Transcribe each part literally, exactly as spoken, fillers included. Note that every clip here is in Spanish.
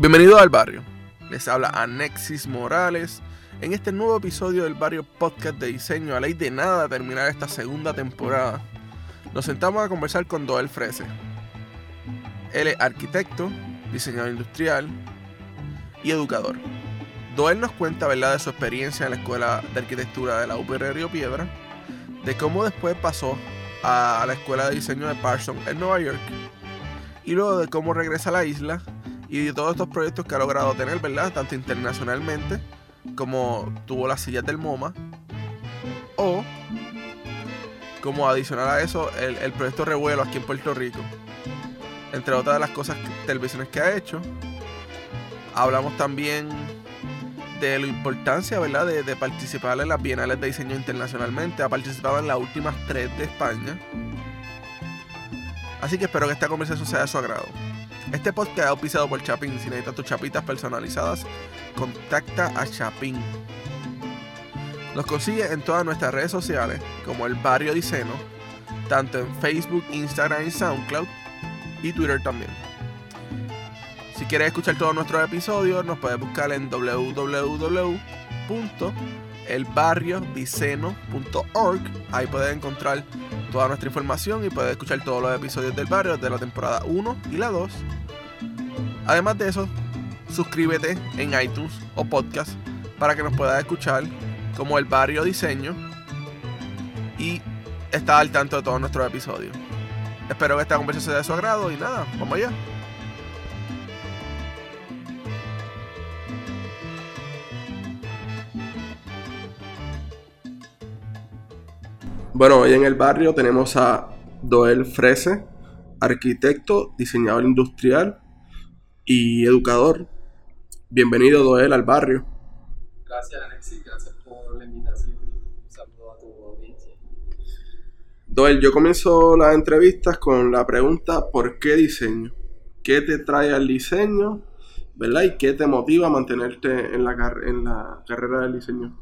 Bienvenido al barrio. Les habla Anexis Morales en este nuevo episodio del Barrio Podcast de Diseño. A ley de nada terminar esta segunda temporada, nos sentamos a conversar con Doel Frese. Él es arquitecto, diseñador industrial y educador. Doel nos cuenta, ¿verdad?, de su experiencia en la Escuela de Arquitectura de la U P R Río Piedra, de cómo después pasó a la Escuela de Diseño de Parsons en Nueva York, y luego de cómo regresa a la isla y de todos estos proyectos que ha logrado tener, ¿verdad?, tanto internacionalmente como tuvo las sillas del MoMA, o como adicional a eso el, el proyecto Revuelo aquí en Puerto Rico, entre otras de las cosas, televisiones que ha hecho. Hablamos también de la importancia, ¿verdad?, de, de participar en las bienales de diseño internacionalmente. Ha participado en las últimas tres de España, así que espero que esta conversación sea de su agrado. Este podcast es auspiciado por Chapin. Si necesitas tus chapitas personalizadas, contacta a Chapin. Nos consigue en todas nuestras redes sociales como El Barrio Diseño, tanto en Facebook, Instagram y SoundCloud, y Twitter también. Si quieres escuchar todos nuestros episodios, nos puedes buscar en w w w punto el barrio diseño punto org. Ahí puedes encontrar toda nuestra información y puedes escuchar todos los episodios del barrio de la temporada uno y la dos. Además de eso, suscríbete en iTunes o podcast para que nos puedas escuchar como El Barrio Diseño y estar al tanto de todos nuestros episodios. Espero que esta conversación sea de su agrado y nada, vamos allá. Bueno, hoy en el barrio tenemos a Doel Frese, arquitecto, diseñador industrial y educador. Bienvenido, Doel, al barrio. Gracias, Alexis, gracias por la invitación. Un saludo a tu audiencia. Doel, yo comienzo las entrevistas con la pregunta: ¿por qué diseño? ¿Qué te trae al diseño, verdad? ¿Y qué te motiva a mantenerte en la, car- en la carrera del diseño?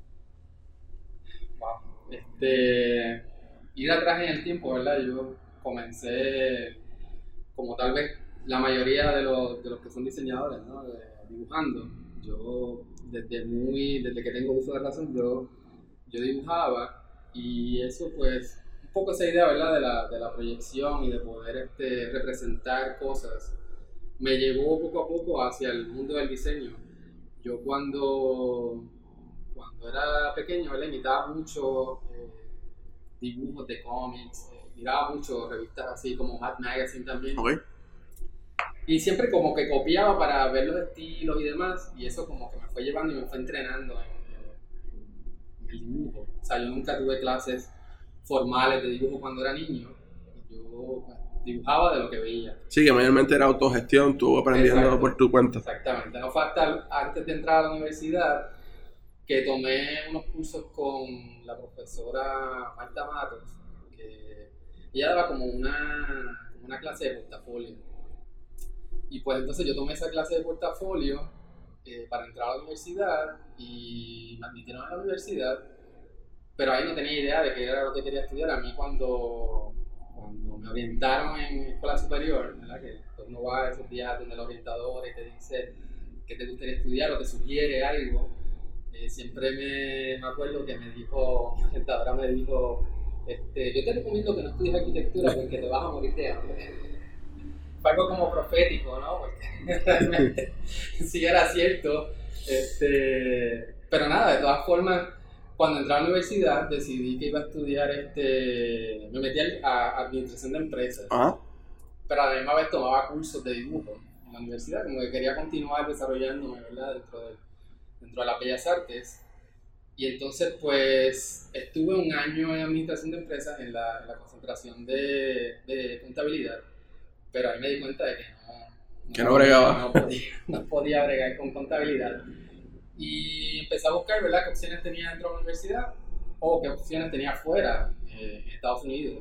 Este, ir atrás en el tiempo, ¿verdad? Yo comencé, como tal vez la mayoría de los, de los que son diseñadores, ¿no?, de, dibujando. Yo, desde muy, desde que tengo uso de razón, yo, yo dibujaba, y eso, pues, un poco esa idea, ¿verdad?, de la, de la proyección y de poder este, representar cosas, me llevó poco a poco hacia el mundo del diseño. Yo cuando... Cuando era pequeño, ¿verdad?, imitaba mucho eh, dibujos de cómics, eh, miraba mucho revistas así como Mad Magazine también. Okay. Y siempre como que copiaba para ver los estilos y demás, y eso como que me fue llevando y me fue entrenando en, en, en el dibujo. O sea, yo nunca tuve clases formales de dibujo cuando era niño. Yo pues, dibujaba de lo que veía. Sí, que mayormente era autogestión, tú aprendiendo Exacto. por tu cuenta. Exactamente. No fue hasta antes de entrar a la universidad que tomé unos cursos con la profesora Marta Matos, que ella daba como una, como una clase de portafolio. Y pues entonces yo tomé esa clase de portafolio eh, para entrar a la universidad, y me admitieron a la universidad, pero ahí no tenía idea de qué era lo que quería estudiar. A mí cuando, cuando me orientaron en escuela superior, ¿verdad?, que uno va a esos días donde el orientador te dice que te gustaría estudiar o te sugiere algo, Eh, siempre me, me acuerdo que me dijo, la orientadora me dijo, este, yo te recomiendo que no estudies arquitectura porque te vas a morir de hambre. Fue algo como profético, ¿no? Porque realmente sí era cierto. Este, pero nada, de todas formas, cuando entré a la universidad decidí que iba a estudiar, este, me metí a administración de empresas. Uh-huh. Pero a la misma vez tomaba cursos de dibujo en la universidad, como que quería continuar desarrollándome, ¿verdad?, dentro del dentro de las Bellas Artes. Y entonces pues estuve un año en administración de empresas en la, en la concentración de, de contabilidad, pero ahí me di cuenta de que no, no, que no bregaba, no podía, no podía bregar con contabilidad, y empecé a buscar, ¿verdad?, qué opciones tenía dentro de la universidad o qué opciones tenía fuera, eh, en Estados Unidos.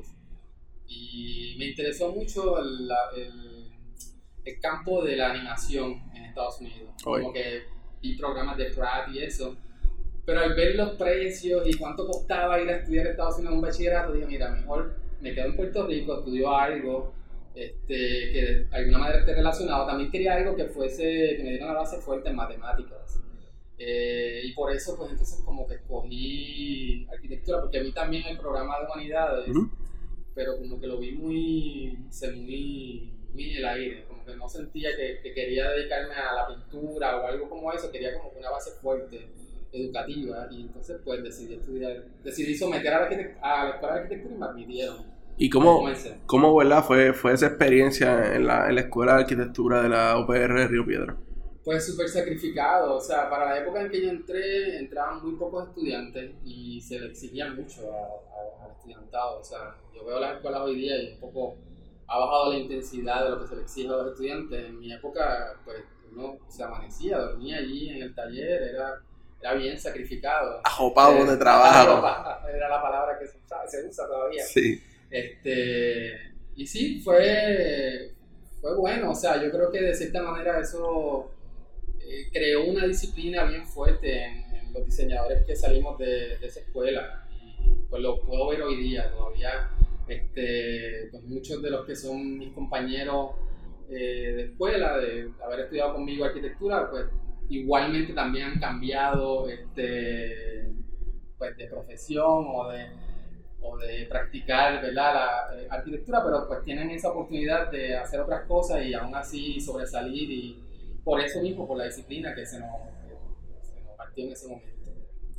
Y me interesó mucho el, el, el campo de la animación en Estados Unidos. Oye. Como que y programas de Pratt y eso, pero al ver los precios y cuánto costaba ir a estudiar a Estados Unidos en un bachillerato, dije, mira, mejor me quedo en Puerto Rico, estudio algo, este, que de alguna manera esté relacionado. También quería algo que fuese, que me diera una base fuerte en matemáticas. Eh, y por eso, pues entonces como que escogí arquitectura, porque a mí también el programa de humanidades, uh-huh. pero como que lo vi muy, se muy, muy en el aire, como que no sentía que, que quería dedicarme a la pintura o algo como eso, quería como una base fuerte educativa, y entonces pues decidí estudiar, decidí someter a la, arquitect- a la escuela de arquitectura y me admitieron. ¿Y cómo, cómo ¿verdad? Fue, fue esa experiencia en la, en la escuela de arquitectura de la U P R de Río Piedras? Pues súper sacrificado, o sea, para la época en que yo entré, entraban muy pocos estudiantes y se le exigía mucho a, a, al estudiantado, o sea, yo veo las escuelas hoy día y un poco ha bajado la intensidad de lo que se le exige a los estudiantes. En mi época, pues, uno se amanecía, dormía allí en el taller, era, era bien sacrificado. Ajopado eh, de trabajo. Era la palabra que se usa, se usa todavía. Sí. Este, y sí, fue, fue bueno, o sea, yo creo que de cierta manera eso... Eh, creó una disciplina bien fuerte en, en los diseñadores que salimos de, de esa escuela, y pues lo puedo ver hoy día todavía. Este, pues muchos de los que son mis compañeros eh, de escuela, de haber estudiado conmigo arquitectura, pues igualmente también han cambiado este, pues, de profesión o de, o de practicar, ¿verdad?, la eh, arquitectura, pero pues tienen esa oportunidad de hacer otras cosas y aún así sobresalir, y por eso mismo, por la disciplina que se nos, se nos partió en ese momento.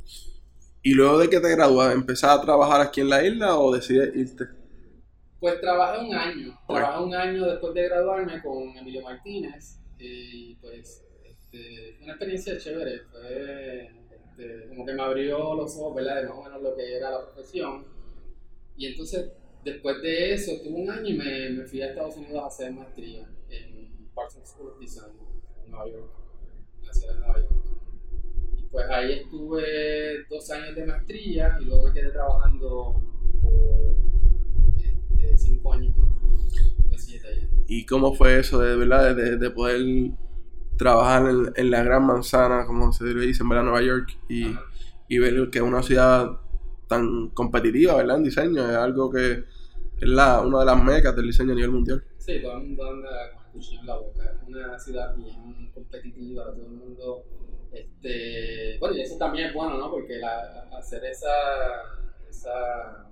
¿Y luego de que te gradúas, empezás a trabajar aquí en la isla o decides irte? Pues trabajé un año. Okay. Trabajé un año después de graduarme con Emilio Martínez. Y pues este, fue una experiencia chévere. Fue este, como que me abrió los ojos, ¿verdad?, de más o menos lo que era la profesión. Y entonces, después de eso, tuve un año y me, me fui a Estados Unidos a hacer maestría en Parsons School of Design. Nueva York, en la ciudad de Nueva York. Y pues ahí estuve dos años de maestría y luego me quedé trabajando por este, cinco años más, tuve siete allá. ¿Y cómo fue eso de verdad de, de poder trabajar en, en la gran manzana, como se dice, en Nueva York, y, y ver que es una ciudad tan competitiva, ¿verdad?, en diseño? Es algo que es la, una de las mecas del diseño a nivel mundial. Sí, todo el mundo anda en la boca, es una ciudad bien competitiva, todo el mundo, este, bueno, y eso también es bueno, ¿no?, porque la, hacer esa, esa,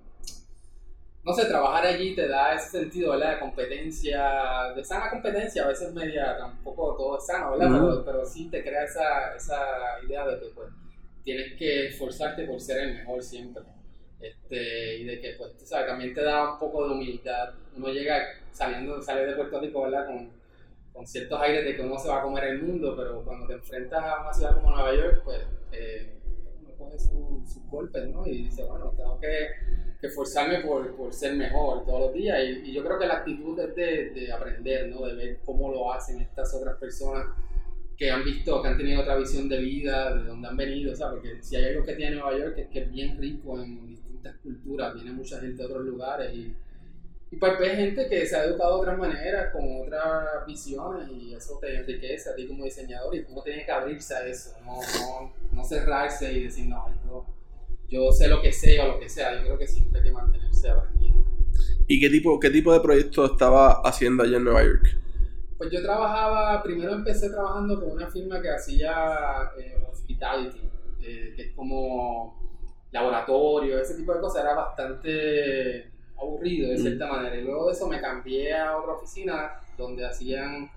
no sé, trabajar allí te da ese sentido, ¿verdad?, de competencia, de sana competencia, a veces media, tampoco todo es sano, ¿verdad?, uh-huh. pero, pero sí te crea esa, esa idea de que, pues, tienes que esforzarte por ser el mejor siempre. Este, y de que, pues, tú sabes, también te da un poco de humildad. Uno llega saliendo, sale de Puerto Rico, ¿verdad?, con, con ciertos aires de que uno se va a comer el mundo, pero cuando te enfrentas a una ciudad como Nueva York, pues, eh, uno coge sus su golpes, ¿no? Y dice, bueno, tengo que, que esforzarme por, por ser mejor todos los días. Y, y yo creo que la actitud es de, de aprender, ¿no?, de ver cómo lo hacen estas otras personas que han visto, que han tenido otra visión de vida, de dónde han venido, o sea, porque si hay algo que tiene Nueva York es que es bien rico en distintas culturas, viene mucha gente de otros lugares, y, y pues ves gente que se ha educado de otras maneras, con otras visiones, y eso te enriquece a ti como diseñador, y uno tiene que abrirse a eso, no, no, no cerrarse y decir, no, yo, yo sé lo que sé o lo que sea. Yo creo que siempre hay que mantenerse aprendiendo. ¿Y qué tipo, qué tipo de proyecto estaba haciendo allá en Nueva York? Pues yo trabajaba, primero empecé trabajando con una firma que hacía eh, hospitality, eh, que es como laboratorio, ese tipo de cosas. Era bastante aburrido de cierta mm. manera. Y luego de eso me cambié a otra oficina donde hacían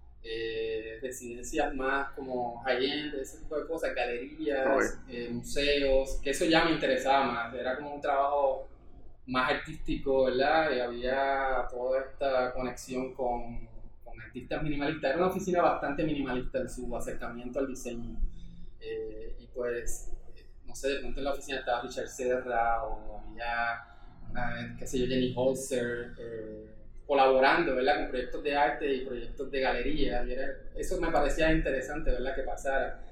eh, residencias más como high-end, ese tipo de cosas, galerías, eh, museos, que eso ya me interesaba más. Era como un trabajo más artístico, ¿verdad? Y había toda esta conexión con artistas minimalistas. Era una oficina bastante minimalista en su acercamiento al diseño. Eh, y pues, no sé, de pronto en la oficina estaba Richard Serra o había, una, qué sé yo, Jenny Holzer, eh, colaborando, ¿verdad?, con proyectos de arte y proyectos de galería. Y era, eso me parecía interesante, ¿verdad?, que pasara.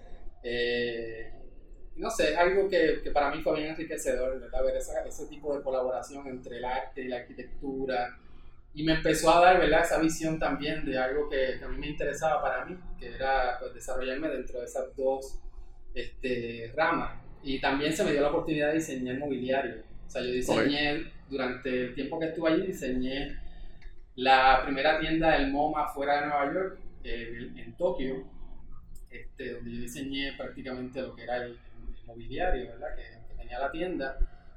Eh, no sé, es algo que, que para mí fue bien enriquecedor, ¿verdad?, ver esa, ese tipo de colaboración entre el arte y la arquitectura. Y me empezó a dar, ¿verdad?, esa visión también de algo que, que a mí me interesaba para mí, que era, pues, desarrollarme dentro de esas dos este, ramas. Y también se me dio la oportunidad de diseñar mobiliario. O sea, yo diseñé, okay. durante el tiempo que estuve allí, diseñé la primera tienda del MoMA fuera de Nueva York, eh, en, en Tokio, este, donde yo diseñé prácticamente lo que era el, el mobiliario, ¿verdad? Que, que tenía la tienda.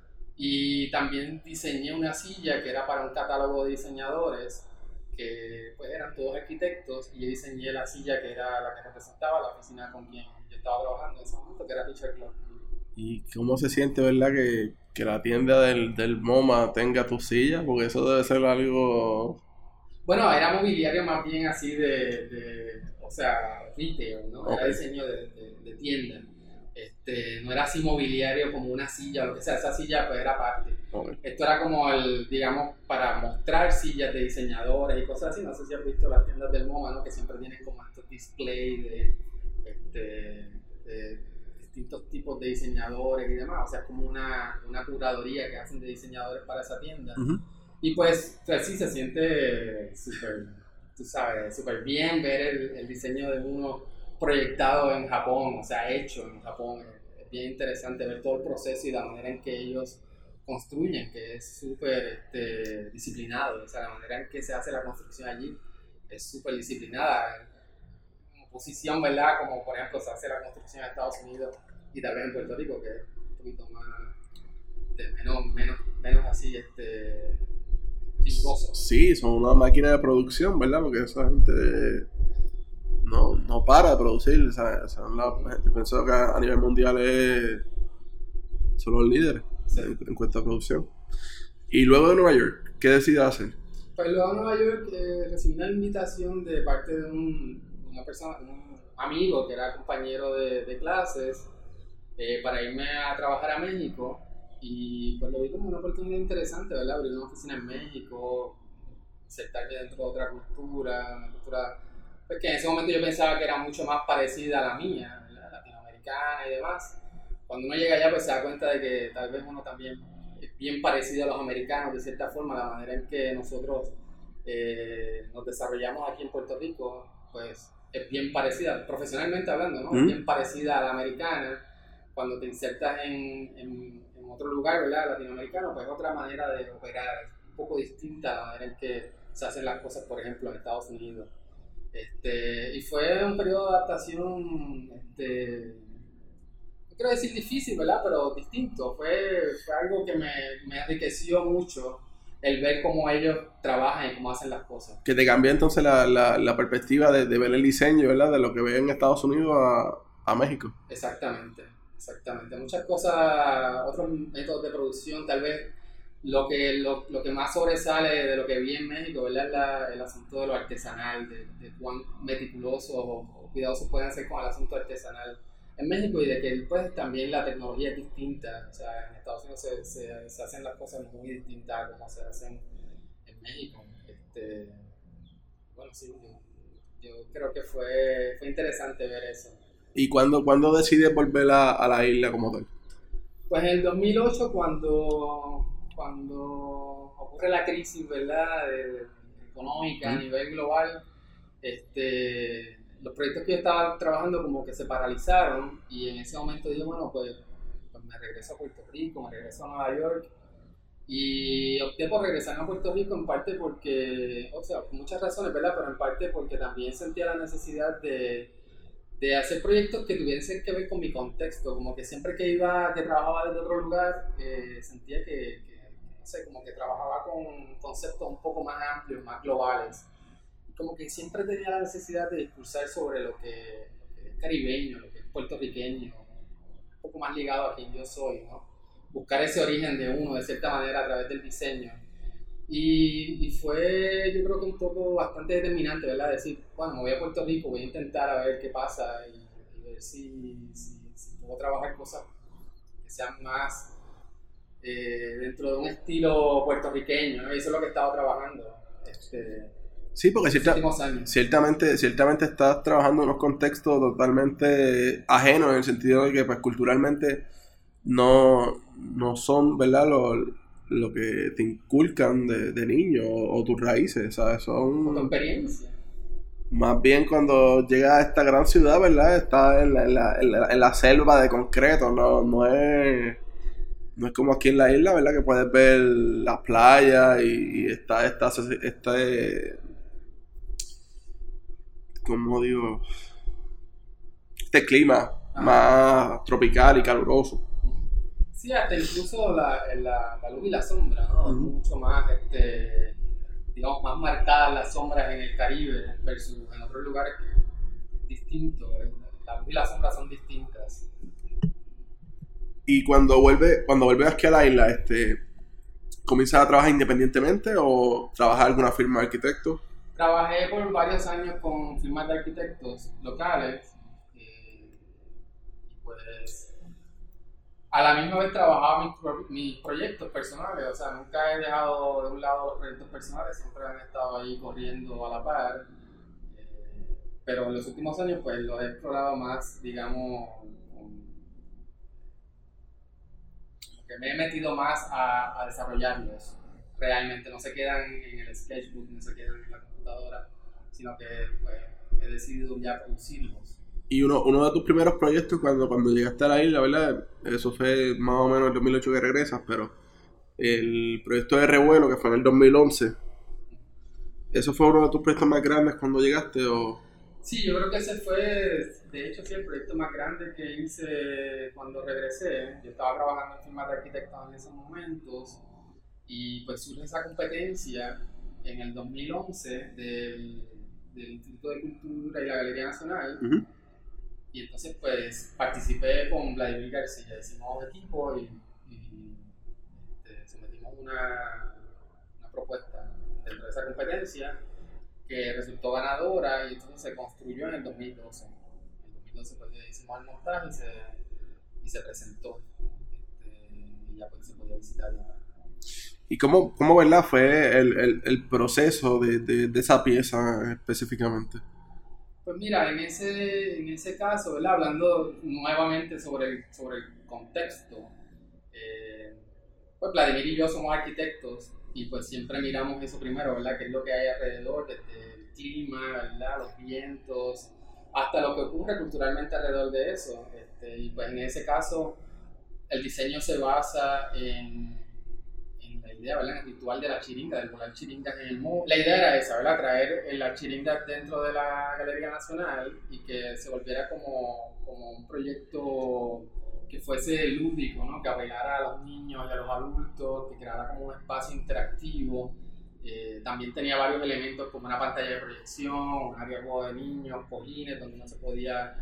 Y también diseñé una silla que era para un catálogo de diseñadores, que pues eran todos arquitectos, y yo diseñé la silla que era la que representaba la oficina con quien yo estaba trabajando en ese momento, que era Richard Clark. ¿Y cómo se siente, verdad, que, que la tienda del, del MoMA tenga tu silla? Porque eso debe ser algo... Bueno, era mobiliario más bien así de, de o sea, retail, ¿no? Okay. Era diseño de, de, de tienda. Este, no era así mobiliario como una silla o lo que sea, esa silla pues era parte. Okay. Esto era como el, digamos, para mostrar sillas de diseñadores y cosas así. No sé si has visto las tiendas del MoMA, ¿no? Que siempre tienen como estos displays de, este, de distintos tipos de diseñadores y demás. O sea, es como una, una curaduría que hacen de diseñadores para esa tienda. Uh-huh. Y pues, pues sí, se siente súper, tú sabes, súper bien ver el, el diseño de uno proyectado en Japón, o sea, hecho en Japón. Es bien interesante ver todo el proceso y la manera en que ellos construyen, que es súper este, disciplinado. O sea, la manera en que se hace la construcción allí es súper disciplinada. En oposición, ¿verdad? Como por ejemplo se hace la construcción en Estados Unidos y tal vez en Puerto Rico, que es un poquito más, este, menos, menos, menos así, este... Ricoso. Sí, son una máquina de producción, ¿verdad? Porque esa gente no, no para de producir. O sea, son la gente pienso que a nivel mundial es, son los líderes, sí, en, en cuanto a producción. Y luego de Nueva York, ¿qué decides hacer? Pues luego de Nueva York eh, recibí una invitación de parte de un, una persona, un amigo que era compañero de, de clases, eh, para irme a trabajar a México. Y pues lo vi como una oportunidad interesante, ¿verdad? Abrir una oficina en México, insertarme dentro de otra cultura, una cultura pues que en ese momento yo pensaba que era mucho más parecida a la mía, la latinoamericana y demás. Cuando uno llega allá pues se da cuenta de que tal vez uno también es bien parecido a los americanos de cierta forma, la manera en que nosotros eh, nos desarrollamos aquí en Puerto Rico, pues es bien parecida, profesionalmente hablando, ¿no? ¿Mm? Es bien parecida a la americana. Cuando te insertas en, en otro lugar, ¿verdad? Latinoamericano, pues es otra manera de operar, un poco distinta a la manera en que se hacen las cosas, por ejemplo, en Estados Unidos. Este, y fue un periodo de adaptación, este, no quiero decir difícil, ¿verdad? Pero distinto. Fue, fue algo que me, me enriqueció mucho el ver cómo ellos trabajan y cómo hacen las cosas. Que te cambia entonces la, la, la perspectiva de, de ver el diseño, ¿verdad? De lo que ves en Estados Unidos a, a México. Exactamente. Exactamente, muchas cosas, otros métodos de producción, tal vez lo que, lo, lo que más sobresale de lo que vi en México, ¿verdad? Es la, el asunto de lo artesanal, de, de cuán meticulosos o, o cuidadosos pueden ser con el asunto artesanal en México, y de que pues también la tecnología es distinta. O sea, en Estados Unidos se, se, se hacen las cosas muy distintas a como se hacen en México. Este, bueno, sí, yo, yo creo que fue, fue interesante ver eso. ¿Y cuándo, cuándo decides volver a, a la isla como tal? Pues en el dos mil ocho, cuando, cuando ocurre la crisis, ¿verdad? De, de, económica a nivel global, este, los proyectos que yo estaba trabajando como que se paralizaron, y en ese momento dije, bueno, pues, pues me regreso a Puerto Rico, me regreso a Nueva York, y opté por regresar a Puerto Rico en parte porque, o sea, por muchas razones, ¿verdad? Pero en parte porque también sentía la necesidad de de hacer proyectos que tuviesen que ver con mi contexto, como que siempre que iba, que trabajaba desde otro lugar, eh, sentía que, que, no sé, como que trabajaba con conceptos un poco más amplios, más globales, y como que siempre tenía la necesidad de discursar sobre lo que, lo que es caribeño, lo que es puertorriqueño, un poco más ligado a quien yo soy, ¿no? Buscar ese origen de uno, de cierta manera, a través del diseño. Y, y fue, yo creo que un poco bastante determinante, ¿verdad? Decir, bueno, me voy a Puerto Rico, voy a intentar a ver qué pasa y, y ver si, si, si puedo trabajar cosas que sean más eh, dentro de un estilo puertorriqueño, ¿no? Y eso es lo que he estado trabajando este, sí, porque en los cierta, últimos años. Ciertamente, ciertamente estás trabajando en unos contextos totalmente ajenos, en el sentido de que pues culturalmente no, no son, ¿verdad? Los lo que te inculcan de, de niño o, o tus raíces, ¿sabes? Son... Tu experiencia. Más bien cuando llegas a esta gran ciudad, ¿verdad? Estás en la, en la, en la, en la selva de concreto, no, no es... No es como aquí en la isla, ¿verdad? Que puedes ver las playas y, y está esta, esta, ¿cómo digo? Este clima Ajá. más tropical y caluroso. Sí, hasta incluso la, la, la luz y la sombra, ¿no? Uh-huh. Mucho más, este, digamos, más marcadas las sombras en el Caribe versus en otros lugares que es distinto. La luz y la sombra son distintas. Y cuando vuelve, cuando vuelves aquí a la isla, este, ¿comienzas a trabajar independientemente o trabajas en alguna firma de arquitectos? Trabajé por varios años con firmas de arquitectos locales eh, y pues a la misma vez trabajaba mis, pro, mis proyectos personales, o sea, nunca he dejado de un lado los proyectos personales, siempre han estado ahí corriendo a la par, eh, pero en los últimos años pues los he explorado más, digamos, que me he metido más a, a desarrollarlos. Realmente no se quedan en el sketchbook, no se quedan en la computadora, sino que pues, he decidido ya producirlos. Y uno, uno de tus primeros proyectos cuando, cuando llegaste a la isla, ¿verdad? Eso fue más o menos en el dos mil ocho que regresas, pero el proyecto de Revuelo, que fue en el dos mil once, ¿eso fue uno de tus proyectos más grandes cuando llegaste? O... Sí, yo creo que ese fue, de hecho, sí, el proyecto más grande que hice cuando regresé. Yo estaba trabajando en firmas de arquitectos en esos momentos y pues surge esa competencia en el dos mil once del, del Instituto de Cultura y la Galería Nacional. Uh-huh. Y entonces pues participé con Vladimir García, hicimos equipo y, y este, sometimos una, una propuesta dentro de esa competencia que resultó ganadora y entonces se construyó en el dos mil doce. En el dos mil doce pues hicimos el montaje y se, y se presentó este, y ya pues se podía visitar. Ya. ¿Y cómo, cómo ¿verdad? Fue el, el, el proceso de, de, de esa pieza específicamente? Pues mira, en ese, en ese caso, ¿verdad? Hablando nuevamente sobre el, sobre el contexto, eh, pues Vladimir y yo somos arquitectos y pues siempre miramos eso primero, ¿verdad? ¿Qué es lo que hay alrededor, desde el clima, ¿verdad? Los vientos, hasta lo que ocurre culturalmente alrededor de eso. Este, y pues en ese caso, el diseño se basa en, en la idea, ¿verdad? En el ritual de la chiringa, del volar chiringas en el mundo. La idea era esa, ¿verdad? Traer la chiringa dentro de la Galería Nacional y que se volviera como, como un proyecto que fuese lúdico, ¿no? Que apelara a los niños y a los adultos, que creara como un espacio interactivo. Eh, también tenía varios elementos como una pantalla de proyección, un área de juego de niños, cojines donde uno se podía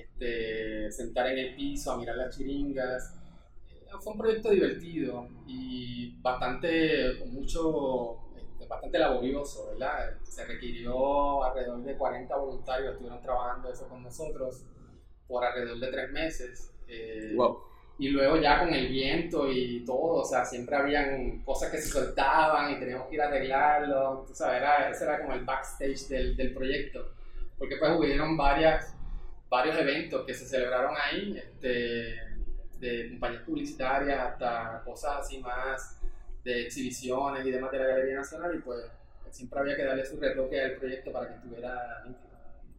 este, sentar en el piso a mirar las chiringas. Eh, fue un proyecto divertido y bastante, con mucho, este, bastante laborioso, ¿verdad? Se requirió alrededor de cuarenta voluntarios, estuvieron trabajando eso con nosotros por alrededor de tres meses. Eh, wow. Y luego ya con el viento y todo, o sea, siempre habían cosas que se soltaban y teníamos que ir a arreglarlo, tú sabes, era, ese era como el backstage del, del proyecto, porque pues hubieron varias, varios eventos que se celebraron ahí, este, de compañías publicitarias hasta cosas así más de exhibiciones y demás de la Galería Nacional y pues siempre había que darle su retoque al proyecto para que estuviera nítido.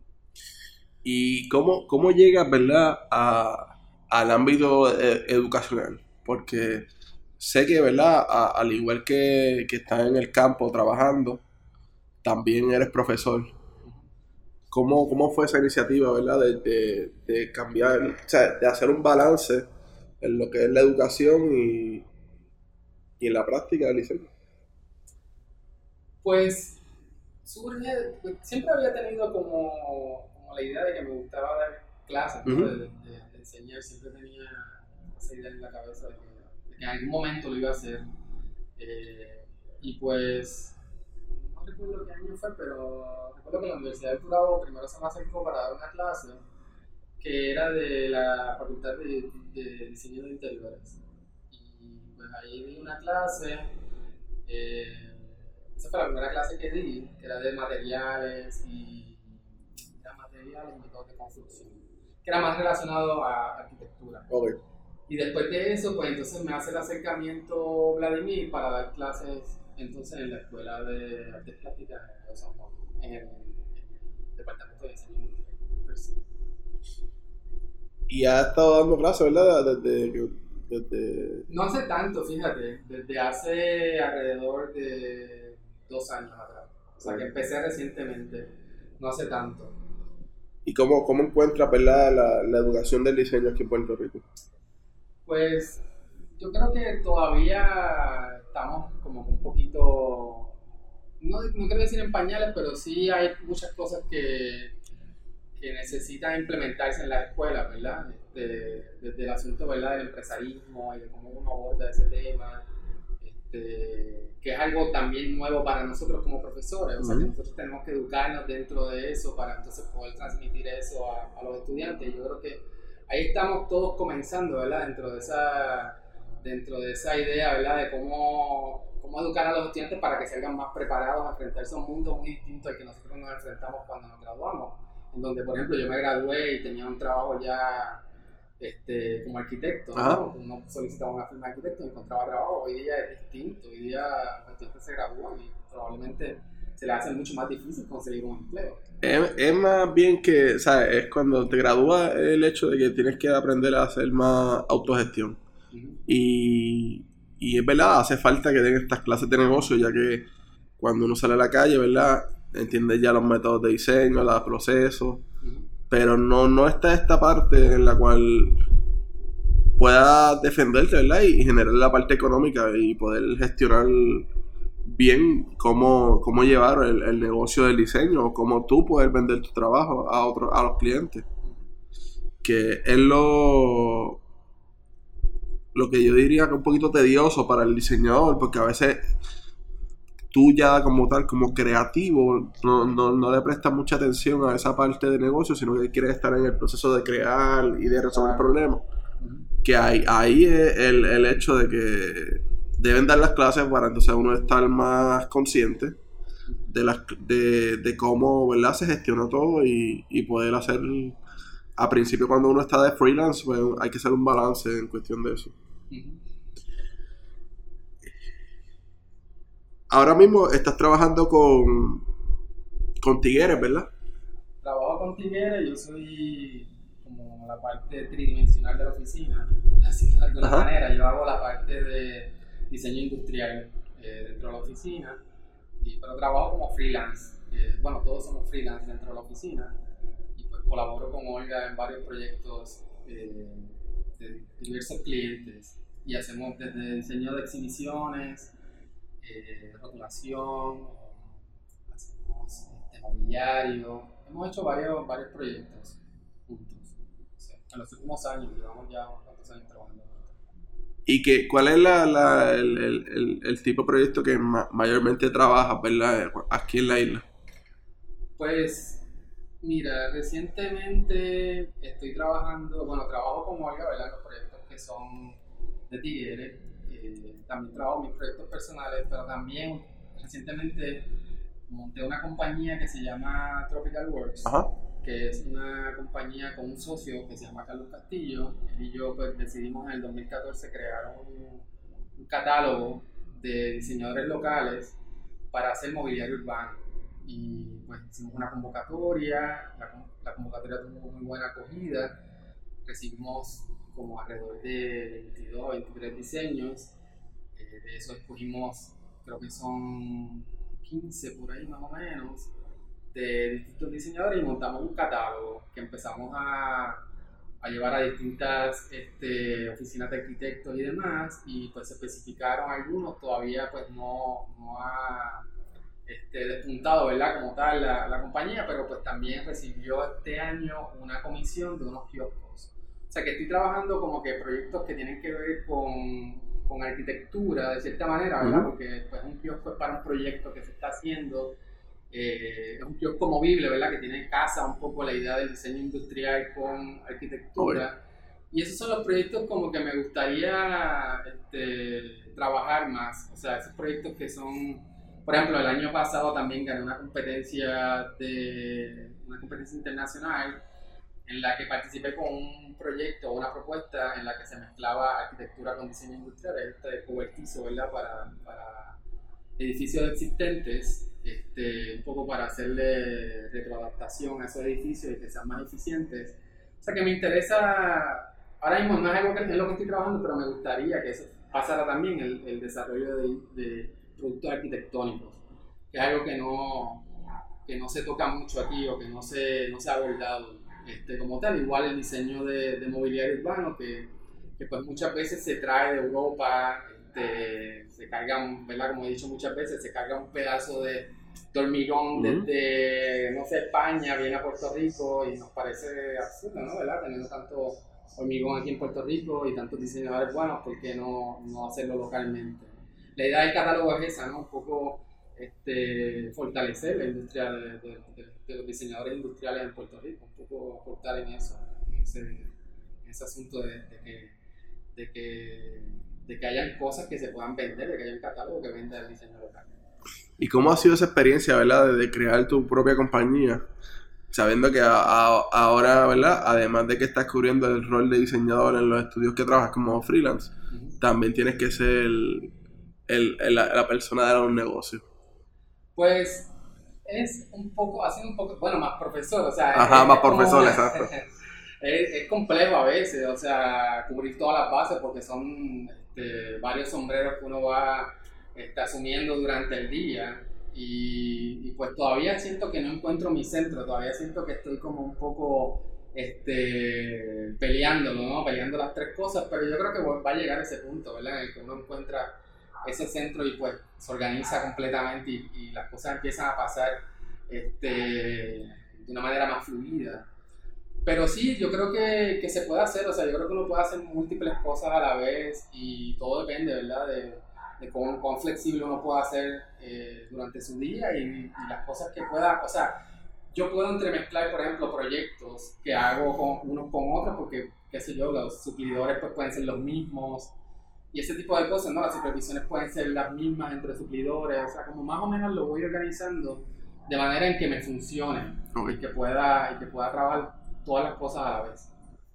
¿Y cómo, cómo llegas, verdad, a, al ámbito eh, educacional? Porque sé que, verdad, a, al igual que, que estás en el campo trabajando, también eres profesor. ¿Cómo, cómo fue esa iniciativa, verdad, de, de, de cambiar, o sea, de hacer un balance en lo que es la educación y, y en la práctica del diseño? Pues surge, pues, siempre había tenido como la idea de que me gustaba dar clases, ¿no? uh-huh. de, de, de enseñar, siempre tenía esa idea en la cabeza de que, de que en algún momento lo iba a hacer. Eh, y pues, no recuerdo qué año fue, pero recuerdo que en la Universidad del Turabo primero se me acercó para dar una clase que era de la Facultad de, de Diseño de Interiores. Y pues ahí di una clase, eh, esa fue la primera clase que di, que era de materiales y materiales, métodos de construcción, que era más relacionado a arquitectura. Okay. Y después de eso, pues entonces me hace el acercamiento Vladimir para dar clases entonces en la Escuela de Artes Plásticas de San Juan, en el, en el Departamento de Diseño Industrial. Y ha estado dando clases, ¿verdad? Desde que Desde... No hace tanto, fíjate, desde hace alrededor de dos años atrás. O sea, que empecé recientemente, no hace tanto. ¿Y cómo, cómo encuentras, verdad, la, la educación del diseño aquí en Puerto Rico? Pues yo creo que todavía estamos como un poquito, no, no quiero decir en pañales, pero sí hay muchas cosas que, que necesitan implementarse en la escuela, ¿verdad? Este, desde el asunto, ¿verdad?, del empresarismo y de cómo uno aborda ese tema, este, que es algo también nuevo para nosotros como profesores, o sea, uh-huh. que nosotros tenemos que educarnos dentro de eso para entonces poder transmitir eso a, a los estudiantes. Yo creo que ahí estamos todos comenzando, ¿verdad?, dentro de esa, dentro de esa idea, ¿verdad?, de cómo, cómo educar a los estudiantes para que salgan más preparados a enfrentarse a un mundo muy distinto al que nosotros nos enfrentamos cuando nos graduamos. En donde, por ejemplo, yo me gradué y tenía un trabajo ya este, como arquitecto, ¿no? Uno solicitaba una firma de arquitecto y encontraba trabajo. Hoy día es distinto, hoy día los estudiantes se gradúan y probablemente se les hace mucho más difícil conseguir un empleo. Es, es más bien que, ¿sabes? Es cuando te gradúas el hecho de que tienes que aprender a hacer más autogestión. Uh-huh. Y, y es verdad, hace falta que den estas clases de negocio, ya que cuando uno sale a la calle, ¿verdad?, entiendes ya los métodos de diseño, los procesos, uh-huh. pero no, no está esta parte en la cual puedas defenderte, ¿verdad?, y generar la parte económica y poder gestionar bien cómo, cómo llevar el, el negocio del diseño o cómo tú poder vender tu trabajo a otros, a los clientes, que es lo lo que yo diría que es un poquito tedioso para el diseñador, porque a veces tú ya como tal, como creativo, no, no, no le prestas mucha atención a esa parte de negocio, sino que quieres estar en el proceso de crear y de resolver problemas. Uh-huh. Que hay, ahí es el, el hecho de que deben dar las clases para entonces uno estar más consciente de, las, de, de cómo, ¿verdad?, se gestiona todo y, y poder hacer, a principio cuando uno está de freelance, pues hay que hacer un balance en cuestión de eso. Uh-huh. Ahora mismo estás trabajando con, con Tigueres, ¿verdad? Trabajo con Tigueres, yo soy como la parte tridimensional de la oficina, así de alguna Ajá. manera. Yo hago la parte de diseño industrial eh, dentro de la oficina, y, pero trabajo como freelance. Eh, bueno, todos somos freelance dentro de la oficina, y pues colaboro con Olga en varios proyectos eh, de diversos clientes, y hacemos desde diseño de exhibiciones, Eh, rotulación, hacemos este, mobiliario, hemos hecho varios, varios proyectos juntos. O sea, en los últimos años, llevamos ya unos cuantos años trabajando juntos. ¿Y que, cuál es la, la, el, el, el tipo de proyecto que ma- mayormente trabajas, ¿verdad?, aquí en la isla? Pues, mira, recientemente estoy trabajando, bueno, trabajo con Olga, ¿verdad?, en los proyectos que son de Tigueres. Eh, también trabajo mis proyectos personales, pero también recientemente monté una compañía que se llama Tropical Works, Ajá. que es una compañía con un socio que se llama Carlos Castillo. Él y yo pues decidimos en el dos mil catorce crear un, un catálogo de diseñadores locales para hacer mobiliario urbano, y pues hicimos una convocatoria, la, la convocatoria tuvo muy buena acogida, recibimos como alrededor de veintidós o veintitrés diseños. Eh, de eso escogimos, creo que son quince por ahí más o menos, de distintos diseñadores, y montamos un catálogo que empezamos a, a llevar a distintas este, oficinas de arquitectos y demás, y pues se especificaron algunos. Todavía pues no, no ha este, despuntado, ¿verdad?, como tal la, la compañía, pero pues también recibió este año una comisión de unos kioscos. O sea que estoy trabajando como que proyectos que tienen que ver con, con arquitectura de cierta manera, ¿verdad? Uh-huh. Porque pues un kiosco es para un proyecto que se está haciendo, eh, es un kiosco movible, ¿verdad?, que tiene en casa un poco la idea del diseño industrial con arquitectura. Uh-huh. Y esos son los proyectos como que me gustaría este, trabajar más. O sea, esos proyectos que son, por ejemplo, el año pasado también gané una competencia de una competencia internacional en la que participé con un proyecto, una propuesta en la que se mezclaba arquitectura con diseño industrial, este cobertizo, ¿verdad?, para, para edificios existentes, este, un poco para hacerle retroadaptación a esos edificios y que sean más eficientes. O sea que me interesa ahora mismo no es algo que es lo que estoy trabajando, pero me gustaría que eso pasara también, el, el desarrollo de, de productos arquitectónicos, que es algo que no, que no se toca mucho aquí o que no se, no se ha abordado este, como tal. Igual el diseño de, de mobiliario urbano, que, que pues muchas veces se trae de Europa, este, se carga, un, ¿verdad? Como he dicho muchas veces, se carga un pedazo de, de hormigón uh-huh. desde, no sé, España, viene a Puerto Rico y nos parece absurdo, ¿no? ¿Verdad? Teniendo tanto hormigón aquí en Puerto Rico y tantos diseñadores buenos, ¿por qué no, no hacerlo localmente? La idea del catálogo es esa, ¿no? Un poco este, fortalecer la industria de, de, de, de los diseñadores industriales en Puerto Rico, un poco aportar en eso, en ese, en ese asunto de, de, que, de, que, de que hayan cosas que se puedan vender, de que haya un catálogo que venda el diseño local. ¿Y cómo ha sido esa experiencia, verdad, de, de crear tu propia compañía? Sabiendo que a, a, ahora, ¿verdad? Además de que estás cubriendo el rol de diseñador en los estudios que trabajas como freelance, uh-huh. también tienes que ser el, el, el, la, la persona de un negocio. Pues es un poco, ha sido un poco, bueno, más profesor, o sea... Ajá, es, más es profesor, como, exacto. Es, es complejo a veces, o sea, cubrir todas las bases porque son este, varios sombreros que uno va este, asumiendo durante el día. Y, y pues todavía siento que no encuentro mi centro, todavía siento que estoy como un poco este, peleándolo, ¿no? Peleando las tres cosas, pero yo creo que va a llegar a ese punto, ¿verdad? En el que uno encuentra ese centro y pues se organiza completamente y, y las cosas empiezan a pasar este, de una manera más fluida. Pero sí, yo creo que, que se puede hacer, o sea, yo creo que uno puede hacer múltiples cosas a la vez y todo depende, ¿verdad? De, de cuán, cuán flexible uno pueda hacer eh, durante su día y, y las cosas que pueda, o sea, yo puedo entremezclar, por ejemplo, proyectos que hago con unos con otros porque, qué sé yo, los suplidores pues pueden ser los mismos y ese tipo de cosas, ¿no? Las supervisiones pueden ser las mismas entre suplidores, o sea, como más o menos lo voy organizando de manera en que me funcione okay. y que pueda, y que pueda trabajar todas las cosas a la vez.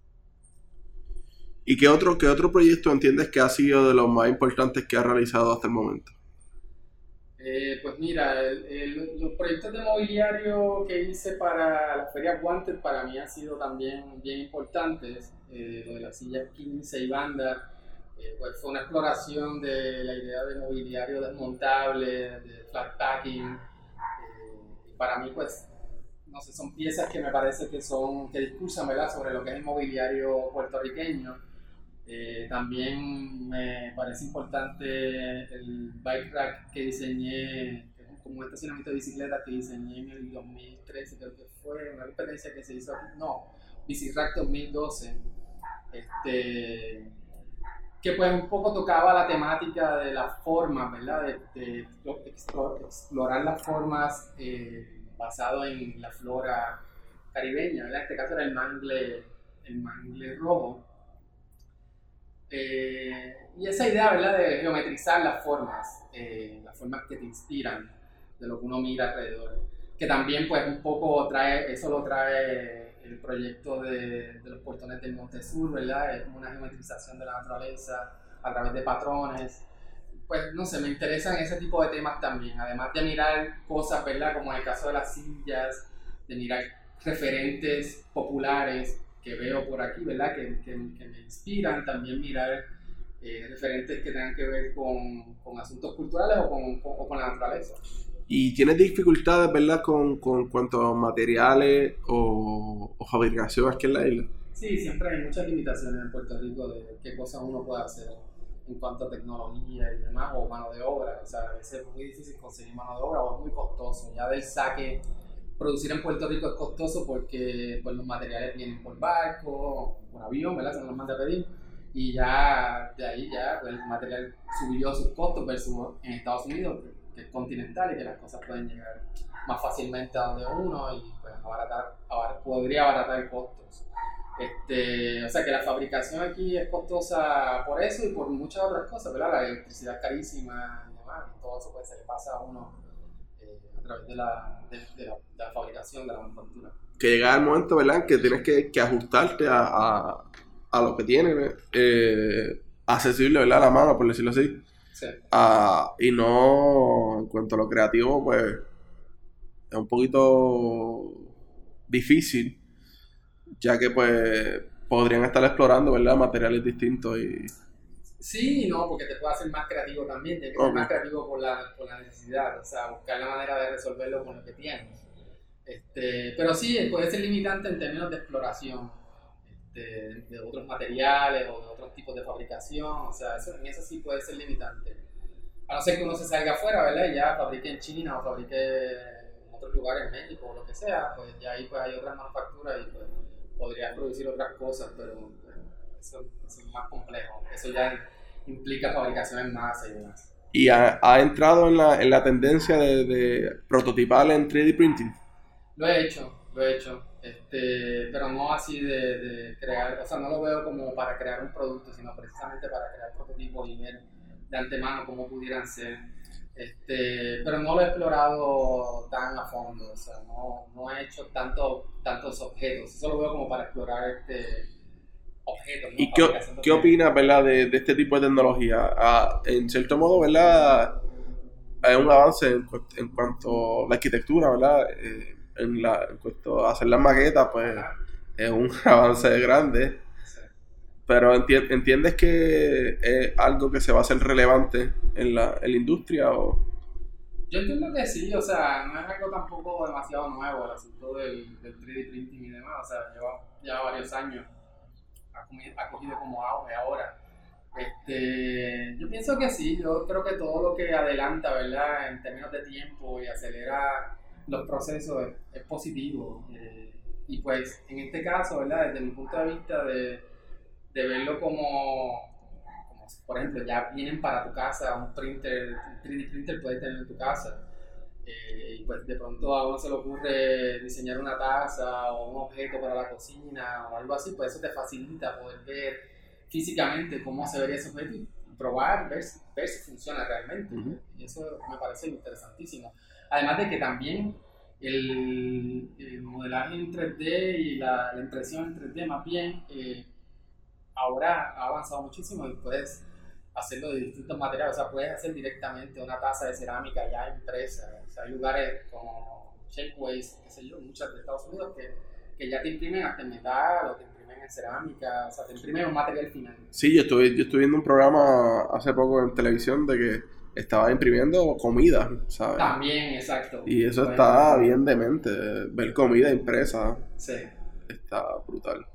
¿Y qué otro, qué otro proyecto entiendes que ha sido de los más importantes que has realizado hasta el momento? Eh, pues mira, el, el, los proyectos de mobiliario que hice para la Feria Wanted para mí han sido también bien importantes. Eh, lo de las sillas quince y banda, eh, pues fue una exploración de la idea de mobiliario desmontable, de flat packing. Eh, y para mí, pues, no sé, son piezas que me parece que son, que discursan, ¿verdad?, sobre lo que es el mobiliario puertorriqueño. Eh, también me parece importante el bike rack que diseñé, que es como un estacionamiento de bicicletas que diseñé en el dos mil trece, creo que fue una competencia que se hizo aquí, no, Bicirack dos mil doce, este, que pues un poco tocaba la temática de las formas, ¿verdad?, de, de explorar las formas eh, basado en la flora caribeña, ¿verdad? En este caso era el mangle, el mangle rojo. Eh, y esa idea, ¿verdad?, de geometrizar las formas, eh, las formas que te inspiran de lo que uno mira alrededor, que también pues un poco trae, eso lo trae el proyecto de, de los portones del Monte Sur, ¿verdad? Es como una geometrización de la naturaleza a través de patrones. Pues no sé, me interesan ese tipo de temas también, además de mirar cosas, ¿verdad?, como en el caso de las sillas, de mirar referentes populares que veo por aquí, ¿verdad?, que, que, que me inspiran, también mirar eh, referentes que tengan que ver con, con asuntos culturales o con, con, o con la naturaleza. ¿Y tienes dificultades, verdad, con, con cuanto a materiales o, o fabricación aquí en la isla? Sí, siempre hay muchas limitaciones en Puerto Rico de qué cosas uno puede hacer en cuanto a tecnología y demás, o mano de obra. O sea, a veces es muy difícil conseguir mano de obra o es muy costoso. Ya del saque, producir en Puerto Rico es costoso porque pues, los materiales vienen por barco, por avión, ¿verdad? Se nos los manda a pedir. Y ya de ahí ya pues, el material subió sus costos versus en Estados Unidos, que, que es continental y que las cosas pueden llegar más fácilmente a donde uno y pues abaratar, abar, podría abaratar costos. Este, o sea que la fabricación aquí es costosa por eso y por muchas otras cosas, ¿verdad? La electricidad es carísima y demás, y todo eso pues, se le pasa a uno eh, a través de la, de, de, la, de la fabricación, de la manufactura. Que llega el momento, ¿verdad?, que tienes que, que ajustarte a, a, a lo que tienes eh, accesible, ¿verdad?, a la mano, por decirlo así. Sí. Uh, y no, en cuanto a lo creativo, pues es un poquito difícil, ya que pues podrían estar explorando, ¿verdad? Materiales distintos y... Sí y no, porque te puede hacer más creativo también, tienes que ser Okay. más creativo por la, por la necesidad, o sea, buscar la manera de resolverlo con lo que tienes. Este, pero sí, puede ser limitante en términos de exploración este, de otros materiales o de otros tipos de fabricación, o sea, eso, en eso sí puede ser limitante. A no ser que uno se salga afuera, ¿verdad? Y ya fabrique en China o fabrique en otros lugares, en México o lo que sea, pues ya ahí pues hay otras manufacturas y pues podrían producir otras cosas, pero pues, eso, eso es más complejo. Eso ya implica fabricación en masa y demás. ¿Y ha, ha entrado en la, en la tendencia de, de prototipar en tres D printing? Lo he hecho, lo he hecho, este, pero no así de, de crear, o sea, no lo veo como para crear un producto, sino precisamente para crear prototipos y ver de antemano cómo pudieran ser. Este, pero no lo he explorado tan a fondo, o sea, no, no he hecho tanto, tantos objetos, eso lo veo como para explorar este objetos, ¿no? ¿Y qué, qué opinas, verdad, de, de este tipo de tecnología? Ah, en cierto modo, ¿verdad? Hay un avance en, cu- en cuanto a la arquitectura, ¿verdad? Eh, en, la, en cuanto a hacer las maquetas, pues Ajá. es un avance grande. Sí. Pero enti- ¿entiendes que es algo que se va a hacer relevante en la, en la industria? O... Yo entiendo que sí, o sea, no es algo tampoco demasiado nuevo el asunto del, del tres D printing y demás, o sea, lleva ya varios años, ha, comi- ha cogido como auge ahora. Este, yo pienso que sí, yo creo que todo lo que adelanta, ¿verdad? En términos de tiempo y acelera los procesos es, es positivo. Eh, y pues en este caso, ¿verdad? Desde mi punto de vista de, de verlo como, como, por ejemplo, ya vienen para tu casa, un printer, un tres D printer puedes tener en tu casa. Eh, y pues de pronto a uno se le ocurre diseñar una taza o un objeto para la cocina o algo así, pues eso te facilita poder ver físicamente cómo se vería ese objeto y probar, ver, si- ver si funciona realmente. Ujú. Y eso me parece interesantísimo. Además de que también el, el modelaje en tres D y la, la impresión en tres D más bien, eh, ahora ha avanzado muchísimo y puedes hacerlo de distintos materiales, o sea, puedes hacer directamente una taza de cerámica ya impresa. O sea, hay lugares como Shapeways, qué sé yo, muchas de Estados Unidos que, que ya te imprimen hasta en metal o te imprimen en cerámica, o sea, te imprimen un material final. Sí, yo estuve, yo estuve viendo un programa hace poco en televisión de que estaba imprimiendo comida, ¿sabes? También, exacto. Y eso Bueno, está bien demente, ver comida impresa Sí. está brutal.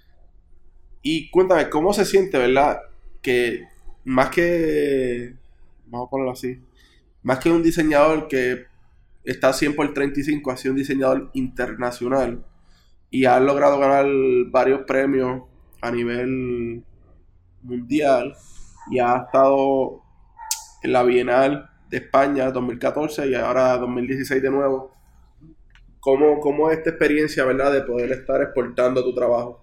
Y cuéntame, ¿cómo se siente, verdad? Que más que, vamos a ponerlo así, más que un diseñador que está cien por treinta y cinco, ha sido un diseñador internacional y ha logrado ganar varios premios a nivel mundial y ha estado en la Bienal de España dos mil catorce y ahora dos mil dieciséis de nuevo. ¿Cómo, cómo es esta experiencia, verdad, de poder estar exportando tu trabajo?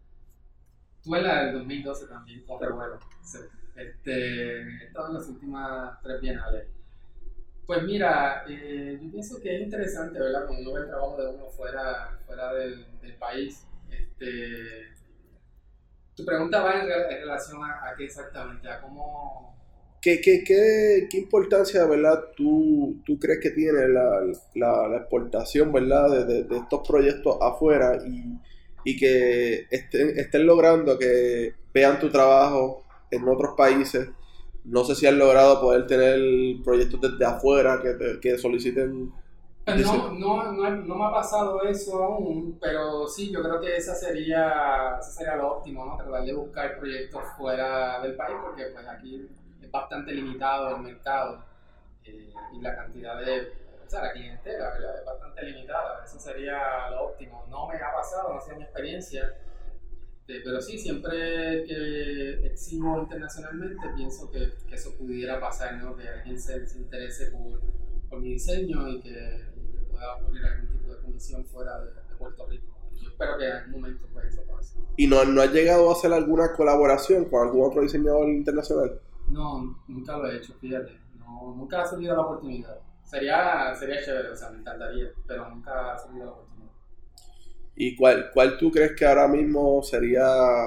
Tuve la del dos mil doce también, con revuelo. Sí. Este, he estado en las últimas tres bienales. Pues mira, eh, yo pienso que es interesante, ¿verdad? Cuando uno ve el trabajo de uno fuera, fuera del, del país. Este, tu pregunta va en, re- en relación a, a qué exactamente, a cómo... ¿Qué, qué, qué, qué importancia, verdad, tú, tú crees que tiene la, la, la exportación, verdad, de, de, de estos proyectos afuera y, y que estén, estén logrando que vean tu trabajo en otros países? No sé si has logrado poder tener proyectos desde afuera que, te, que soliciten. Pues no, no, no, no me ha pasado eso aún, pero sí, yo creo que esa sería, esa sería lo óptimo, ¿no? Tratar de buscar proyectos fuera del país, porque pues aquí es bastante limitado el mercado eh, y la cantidad de, o sea, la clientela, ¿verdad? Es bastante limitada, eso sería lo óptimo. No me ha pasado, no ha sido mi experiencia, este, pero sí, siempre que exhibo internacionalmente pienso que, que eso pudiera pasar, ¿no? Que alguien se, se interese por, por mi diseño y que, y que pueda ocurrir algún tipo de comisión fuera de, de Puerto Rico. Yo espero que en algún momento pues, eso pase. ¿Y no, no has llegado a hacer alguna colaboración con algún otro diseñador internacional? No, nunca lo he hecho, fíjate. No, nunca ha salido la oportunidad. Sería, sería chévere, o sea, me encantaría, pero nunca ha salido la oportunidad. ¿Y cuál, cuál tú crees que ahora mismo sería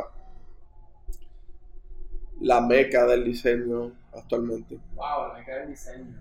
la meca del diseño actualmente? Wow, me cae el diseño.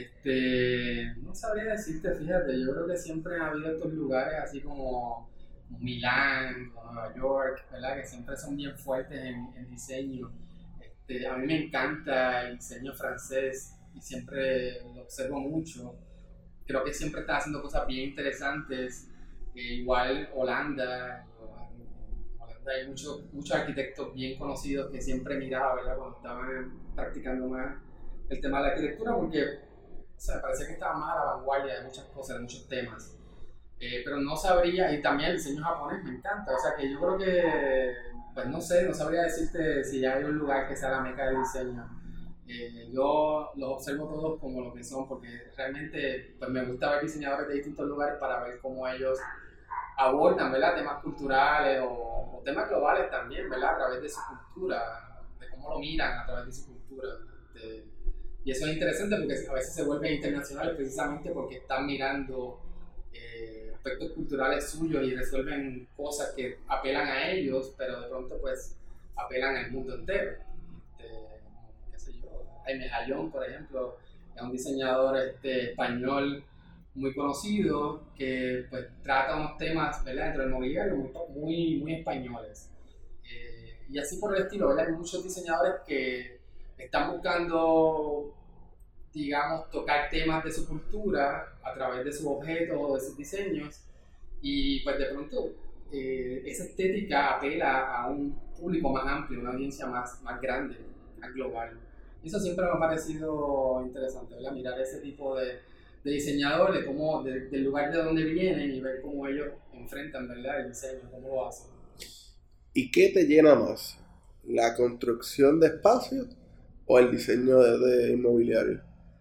Este, no sabría decirte, fíjate, yo creo que siempre ha habido estos lugares así como Milán, como Nueva York, ¿verdad? Que siempre son bien fuertes en, en diseño. Este, a mí me encanta el diseño francés y siempre lo observo mucho. Creo que siempre está haciendo cosas bien interesantes. Eh, igual Holanda, en Holanda hay muchos muchos arquitectos bien conocidos que siempre miraba, ¿verdad? Cuando estaban practicando más el tema de la arquitectura, porque o sea, parecía que estaban más a la vanguardia de muchas cosas, de muchos temas. Eh, pero no sabría, y también el diseño japonés me encanta, o sea que yo creo que, pues no sé, no sabría decirte si ya hay un lugar que sea la meca del diseño. Eh, yo los observo todos como lo que son, porque realmente pues me gusta ver diseñadores de distintos lugares para ver cómo ellos abordan, ¿verdad? Temas culturales o, o temas globales también, ¿verdad? A través de su cultura, de cómo lo miran a través de su cultura. De, y eso es interesante porque a veces se vuelven internacionales precisamente porque están mirando eh, aspectos culturales suyos y resuelven cosas que apelan a ellos, pero de pronto pues apelan al mundo entero. Este, qué sé yo, Jaime Ayón, por ejemplo, es un diseñador este, español muy conocido que pues trata unos temas, ¿verdad?, dentro del mobiliario muy, muy, muy españoles. Eh, y así por el estilo, ¿verdad? Hay muchos diseñadores que están buscando, digamos, tocar temas de su cultura a través de sus objetos o de sus diseños y pues de pronto eh, esa estética apela a un público más amplio, una audiencia más, más grande, más global. Y eso siempre me ha parecido interesante, ¿verdad? Mirar ese tipo de, de diseñadores, cómo, de, del lugar de donde vienen y ver cómo ellos enfrentan, ¿verdad?, el diseño, cómo lo hacen. ¿Y qué te llena más? ¿La construcción de espacios o el diseño de, de inmobiliario?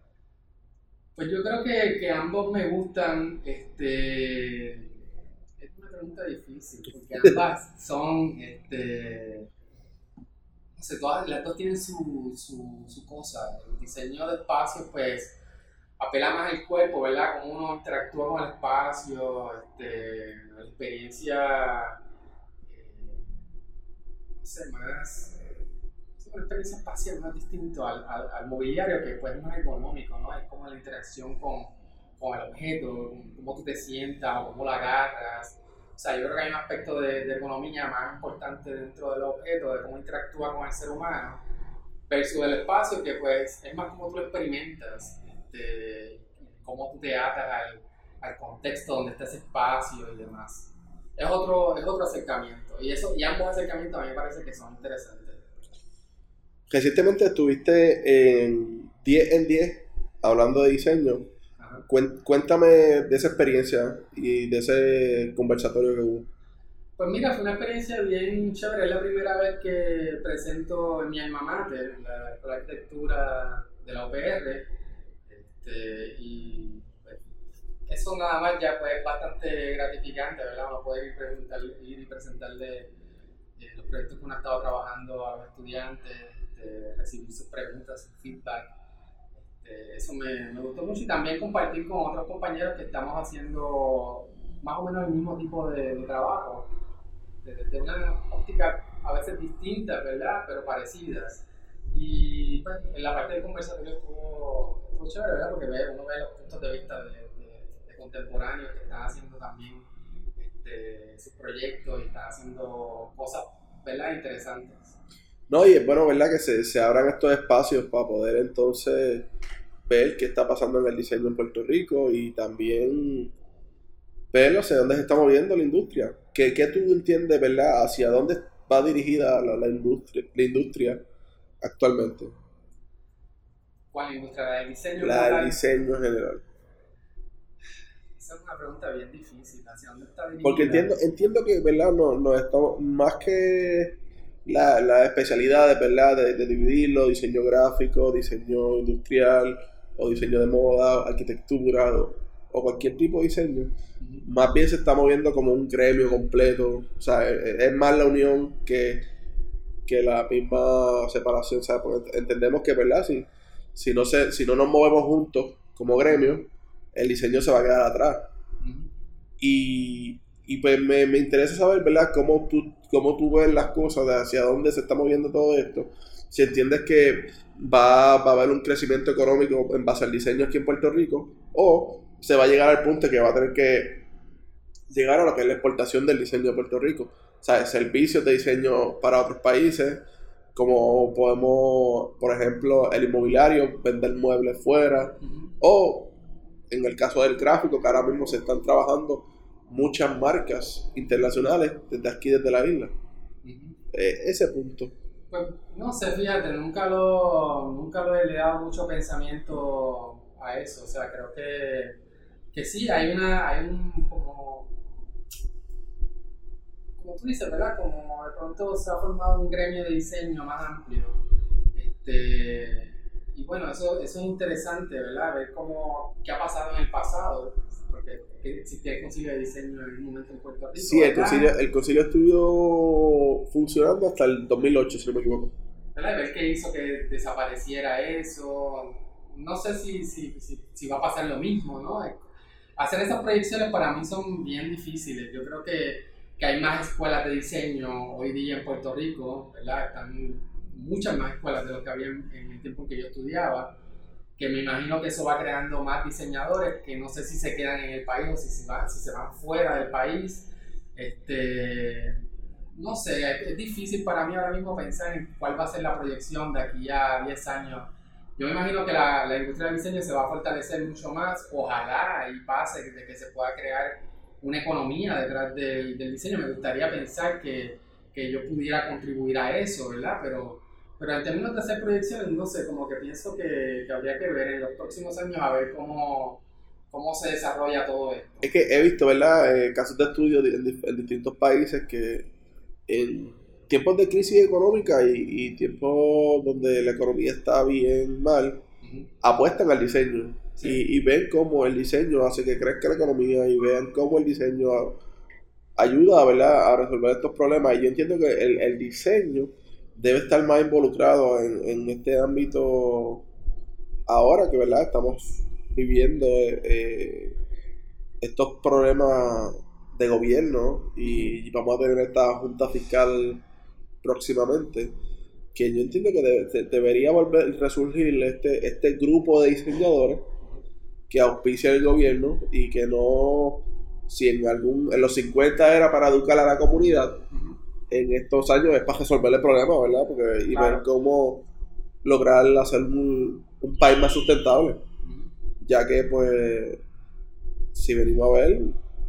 Pues yo creo que, que ambos me gustan. Este, es una pregunta difícil, porque ambas son, este, no sé, todas las dos tienen su, su, su cosa. El diseño de espacios, pues, apela más al cuerpo, ¿verdad? Cómo uno interactúa con el espacio, este, la experiencia, eh, no sé, más, eh, es una experiencia espacial más distinto al, al, al mobiliario, que pues es más económico, ¿no? Es como la interacción con, con el objeto, cómo tú te sientas o cómo lo agarras. O sea, yo creo que hay un aspecto de, de economía más importante dentro del objeto, de cómo interactúa con el ser humano, versus el espacio, que pues es más como tú lo experimentas, este, cómo tú te atas al, al contexto donde está ese espacio y demás. Es otro, es otro acercamiento, y, eso, y ambos acercamientos a mí me parece que son interesantes. Recientemente estuviste en diez en diez hablando de diseño. Ajá. Cuéntame de esa experiencia y de ese conversatorio que hubo. Pues mira, fue una experiencia bien chévere. Es la primera vez que presento en mi alma mater, la Escuela de Arquitectura de la U P R. Este, y pues, eso nada más ya pues, es bastante gratificante, ¿verdad? Uno poder ir, presentar, ir y presentarle eh, los proyectos que uno ha estado trabajando a los estudiantes, este, recibir sus preguntas, su feedback. Este, eso me, me gustó mucho y también compartir con otros compañeros que estamos haciendo más o menos el mismo tipo de, de trabajo. Desde una óptica a veces distintas, ¿verdad?, pero parecidas. Y pues en la parte del conversatorio estuvo, estuvo chévere, ¿verdad?, porque uno ve los puntos de vista de, de, de contemporáneos que están haciendo también este, sus proyectos y están haciendo cosas, ¿verdad?, interesantes. No, y es bueno, ¿verdad?, que se, se abran estos espacios para poder entonces ver qué está pasando en el diseño en Puerto Rico y también ver hacia dónde se está moviendo la industria. ¿Qué, qué tú entiendes, verdad? ¿Hacia dónde va dirigida la, la, industria, la industria actualmente? ¿Cuál industria? ¿La del diseño? La del diseño en general. Esa es una pregunta bien difícil. ¿Hacia dónde está dirigida? Porque entiendo, entiendo que, ¿verdad? No, no estamos, más que la, la especialidad, ¿verdad?, de, de dividirlo, diseño gráfico, diseño industrial, o diseño de moda, arquitectura, o, o cualquier tipo de diseño. Más bien se está moviendo como un gremio completo. O sea, es, es más la unión que, que la misma separación. O sea, porque entendemos que, ¿verdad?, si, si, no se, si no nos movemos juntos como gremio, el diseño se va a quedar atrás. Uh-huh. Y, y pues me, me interesa saber, ¿verdad?, cómo tú, cómo tú ves las cosas, de hacia dónde se está moviendo todo esto. Si entiendes que va, va a haber un crecimiento económico en base al diseño aquí en Puerto Rico, o se va a llegar al punto que va a tener que llegar a lo que es la exportación del diseño de Puerto Rico. O sea, servicios de diseño para otros países, como podemos, por ejemplo, el inmobiliario, vender muebles fuera, uh-huh. o en el caso del gráfico, que ahora mismo se están trabajando muchas marcas internacionales desde aquí, desde la isla. Uh-huh. Eh, ese punto. Pues no sé, fíjate, nunca lo, nunca lo he dado mucho pensamiento a eso. O sea, creo que, que sí, hay una, hay un como, como tú dices, ¿verdad? Como de pronto se ha formado un gremio de diseño más amplio. Este, y bueno, eso, eso es interesante, ¿verdad? Ver cómo, qué ha pasado en el pasado, porque existía el Concilio de Diseño en algún momento en Puerto Rico. Sí, el concilio, el concilio estuvo funcionando hasta el dos mil ocho, si no me equivoco. ¿Verdad? Ver qué hizo que desapareciera eso. No sé si, si, si, si va a pasar lo mismo, ¿no? Hacer esas proyecciones para mí son bien difíciles. Yo creo que, que hay más escuelas de diseño hoy día en Puerto Rico, ¿verdad? Están muchas más escuelas de lo que había en, en el tiempo en que yo estudiaba, que me imagino que eso va creando más diseñadores que no sé si se quedan en el país o si se van, si se van fuera del país. Este, no sé, es, es difícil para mí ahora mismo pensar en cuál va a ser la proyección de aquí a diez años. Yo me imagino que la, la industria del diseño se va a fortalecer mucho más, ojalá y pase de que se pueda crear una economía detrás del, del diseño. Me gustaría pensar que, que yo pudiera contribuir a eso, ¿verdad? Pero Pero en términos de hacer proyecciones, no sé, como que pienso que, que habría que ver en los próximos años a ver cómo, cómo se desarrolla todo esto. Es que he visto, ¿verdad?, eh, casos de estudio en, en distintos países que en tiempos de crisis económica y, y tiempos donde la economía está bien mal, uh-huh. apuestan al diseño. Sí. Y, y ven cómo el diseño hace que crezca la economía y vean cómo el diseño ayuda, ¿verdad?, a resolver estos problemas. Y yo entiendo que el, el diseño debe estar más involucrado en, en este ámbito ahora que, ¿verdad?, estamos viviendo eh, estos problemas de gobierno y vamos a tener esta junta fiscal próximamente, que yo entiendo que debe, de, debería volver a resurgir este, este grupo de diseñadores que auspicia el gobierno y que no, si en algún en los cincuenta era para educar a la comunidad, en estos años es para resolver el problema, ¿verdad? Porque, y claro. ver cómo lograr hacer un, un país más sustentable. Uh-huh. Ya que, pues, si venimos a ver,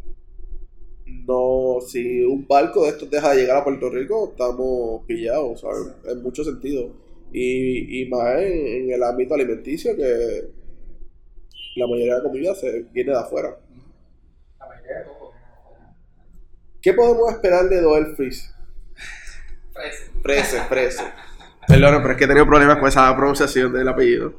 no, si un barco de estos deja de llegar a Puerto Rico, estamos pillados, ¿sabes? Sí. En muchos sentidos. Y, y más en, en el ámbito alimenticio, que la mayoría de la comida se viene de afuera. La mayoría de todo. ¿Qué podemos esperar de Doel Freeze? Frese. Frese, Frese. Perdón, pero es que he tenido problemas con esa pronunciación del apellido.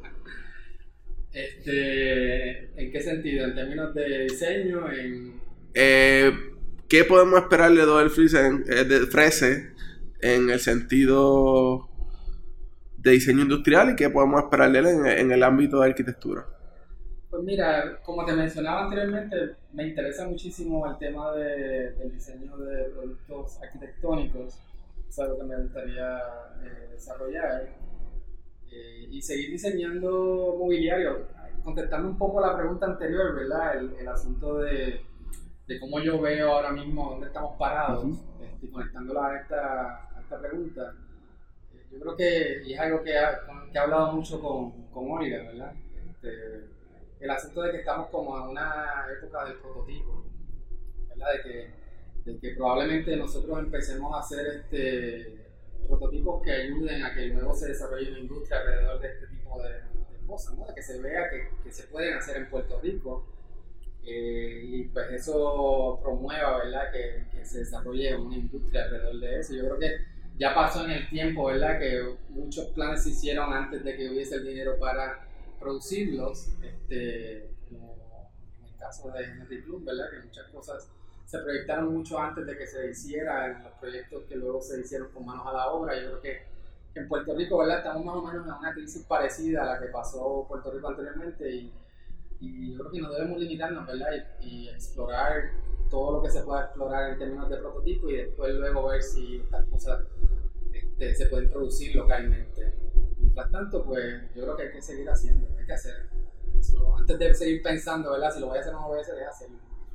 Este, ¿en qué sentido? ¿En términos de diseño? En... Eh, ¿Qué podemos esperar de Doel Freeze en, eh, de Frese en el sentido de diseño industrial y qué podemos esperar de él en, en el ámbito de arquitectura? Pues mira, como te mencionaba anteriormente, me interesa muchísimo el tema de, del diseño de productos arquitectónicos. Es algo que me gustaría eh, desarrollar eh, y seguir diseñando mobiliario. Contestando un poco la pregunta anterior, ¿verdad? El, el asunto de, de cómo yo veo ahora mismo dónde estamos parados, uh-huh. este, conectándola a esta, a esta pregunta. Eh, yo creo que, y es algo que, ha, que he hablado mucho con, con Olga, ¿verdad? Este, el asunto de que estamos como en una época del prototipo, ¿verdad? De que de que probablemente nosotros empecemos a hacer este, prototipos que ayuden a que luego se desarrolle una industria alrededor de este tipo de, de cosas, ¿no? De que se vea que, que se pueden hacer en Puerto Rico eh, y pues eso promueva, ¿verdad? Que, que se desarrolle una industria alrededor de eso. Yo creo que ya pasó en el tiempo, ¿verdad? Que muchos planes se hicieron antes de que hubiese el dinero para producirlos, este, como en el caso de Henry Bloom, ¿verdad? Que muchas cosas se proyectaron mucho antes de que se hiciera en los proyectos que luego se hicieron con manos a la obra. Yo creo que, que en Puerto Rico, ¿verdad?, estamos más o menos en una crisis parecida a la que pasó Puerto Rico anteriormente y, y yo creo que no debemos limitarnos, ¿verdad?, y, y explorar todo lo que se pueda explorar en términos de prototipo y después luego ver si estas cosas este, se pueden producir localmente. Mientras tanto, pues yo creo que hay que seguir haciendo, hay que hacer eso. Antes de seguir pensando, ¿verdad?, si lo voy a hacer o no lo voy a hacer, es hacerlo.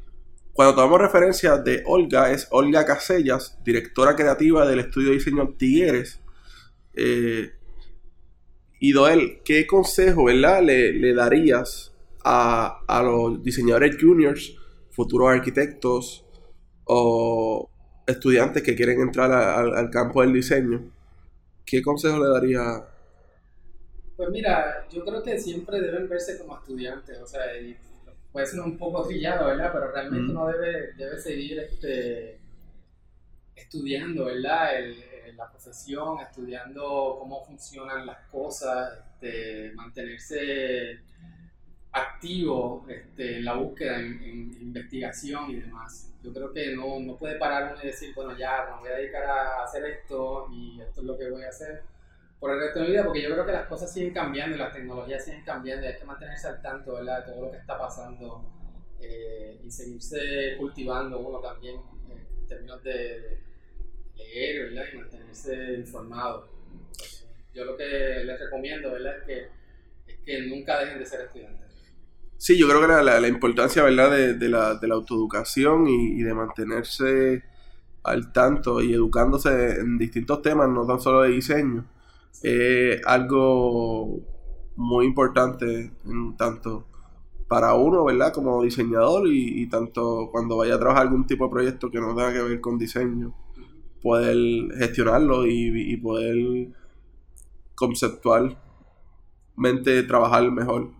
Cuando tomamos referencia de Olga, es Olga Casellas, directora creativa del estudio de diseño Tigueres. Eh, y Doel, ¿qué consejo, ¿verdad?, le, le darías a, a los diseñadores juniors, futuros arquitectos o estudiantes que quieren entrar a, a, al campo del diseño? ¿Qué consejo le daría? Pues mira, yo creo que siempre deben verse como estudiantes, o sea, y puede ser un poco trillado, ¿verdad? Pero realmente Mm. uno debe, debe seguir este, estudiando, ¿verdad? El, el- la profesión, estudiando cómo funcionan las cosas, este, mantenerse activo este, en la búsqueda, en, en investigación y demás. Yo creo que no, no puede parar uno y decir, bueno, ya me voy a dedicar a hacer esto y esto es lo que voy a hacer por el resto de mi vida, porque yo creo que las cosas siguen cambiando y las tecnologías siguen cambiando y hay que mantenerse al tanto, ¿verdad?, de todo lo que está pasando eh, y seguirse cultivando uno también eh, en términos de, de leer, ¿verdad?, y mantenerse informado. Yo lo que les recomiendo, ¿verdad?, es que, es que nunca dejen de ser estudiantes. Sí, yo creo que la, la, la importancia, ¿verdad?, de, de, la, de la autoeducación y, y de mantenerse al tanto y educándose en distintos temas, no tan solo de diseño, es eh, algo muy importante en tanto para uno, ¿verdad?, como diseñador y, y tanto cuando vaya a trabajar algún tipo de proyecto que no tenga que ver con diseño, poder gestionarlo y, y poder conceptualmente trabajar mejor.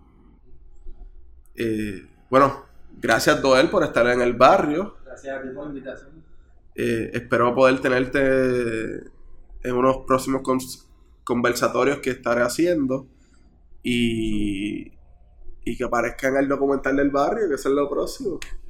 Eh, bueno, gracias Doel por estar en el barrio. Gracias a ti por la invitación. Eh, espero poder tenerte en unos próximos cons- conversatorios que estaré haciendo y, y que aparezca en el documental del barrio, que eso es lo próximo.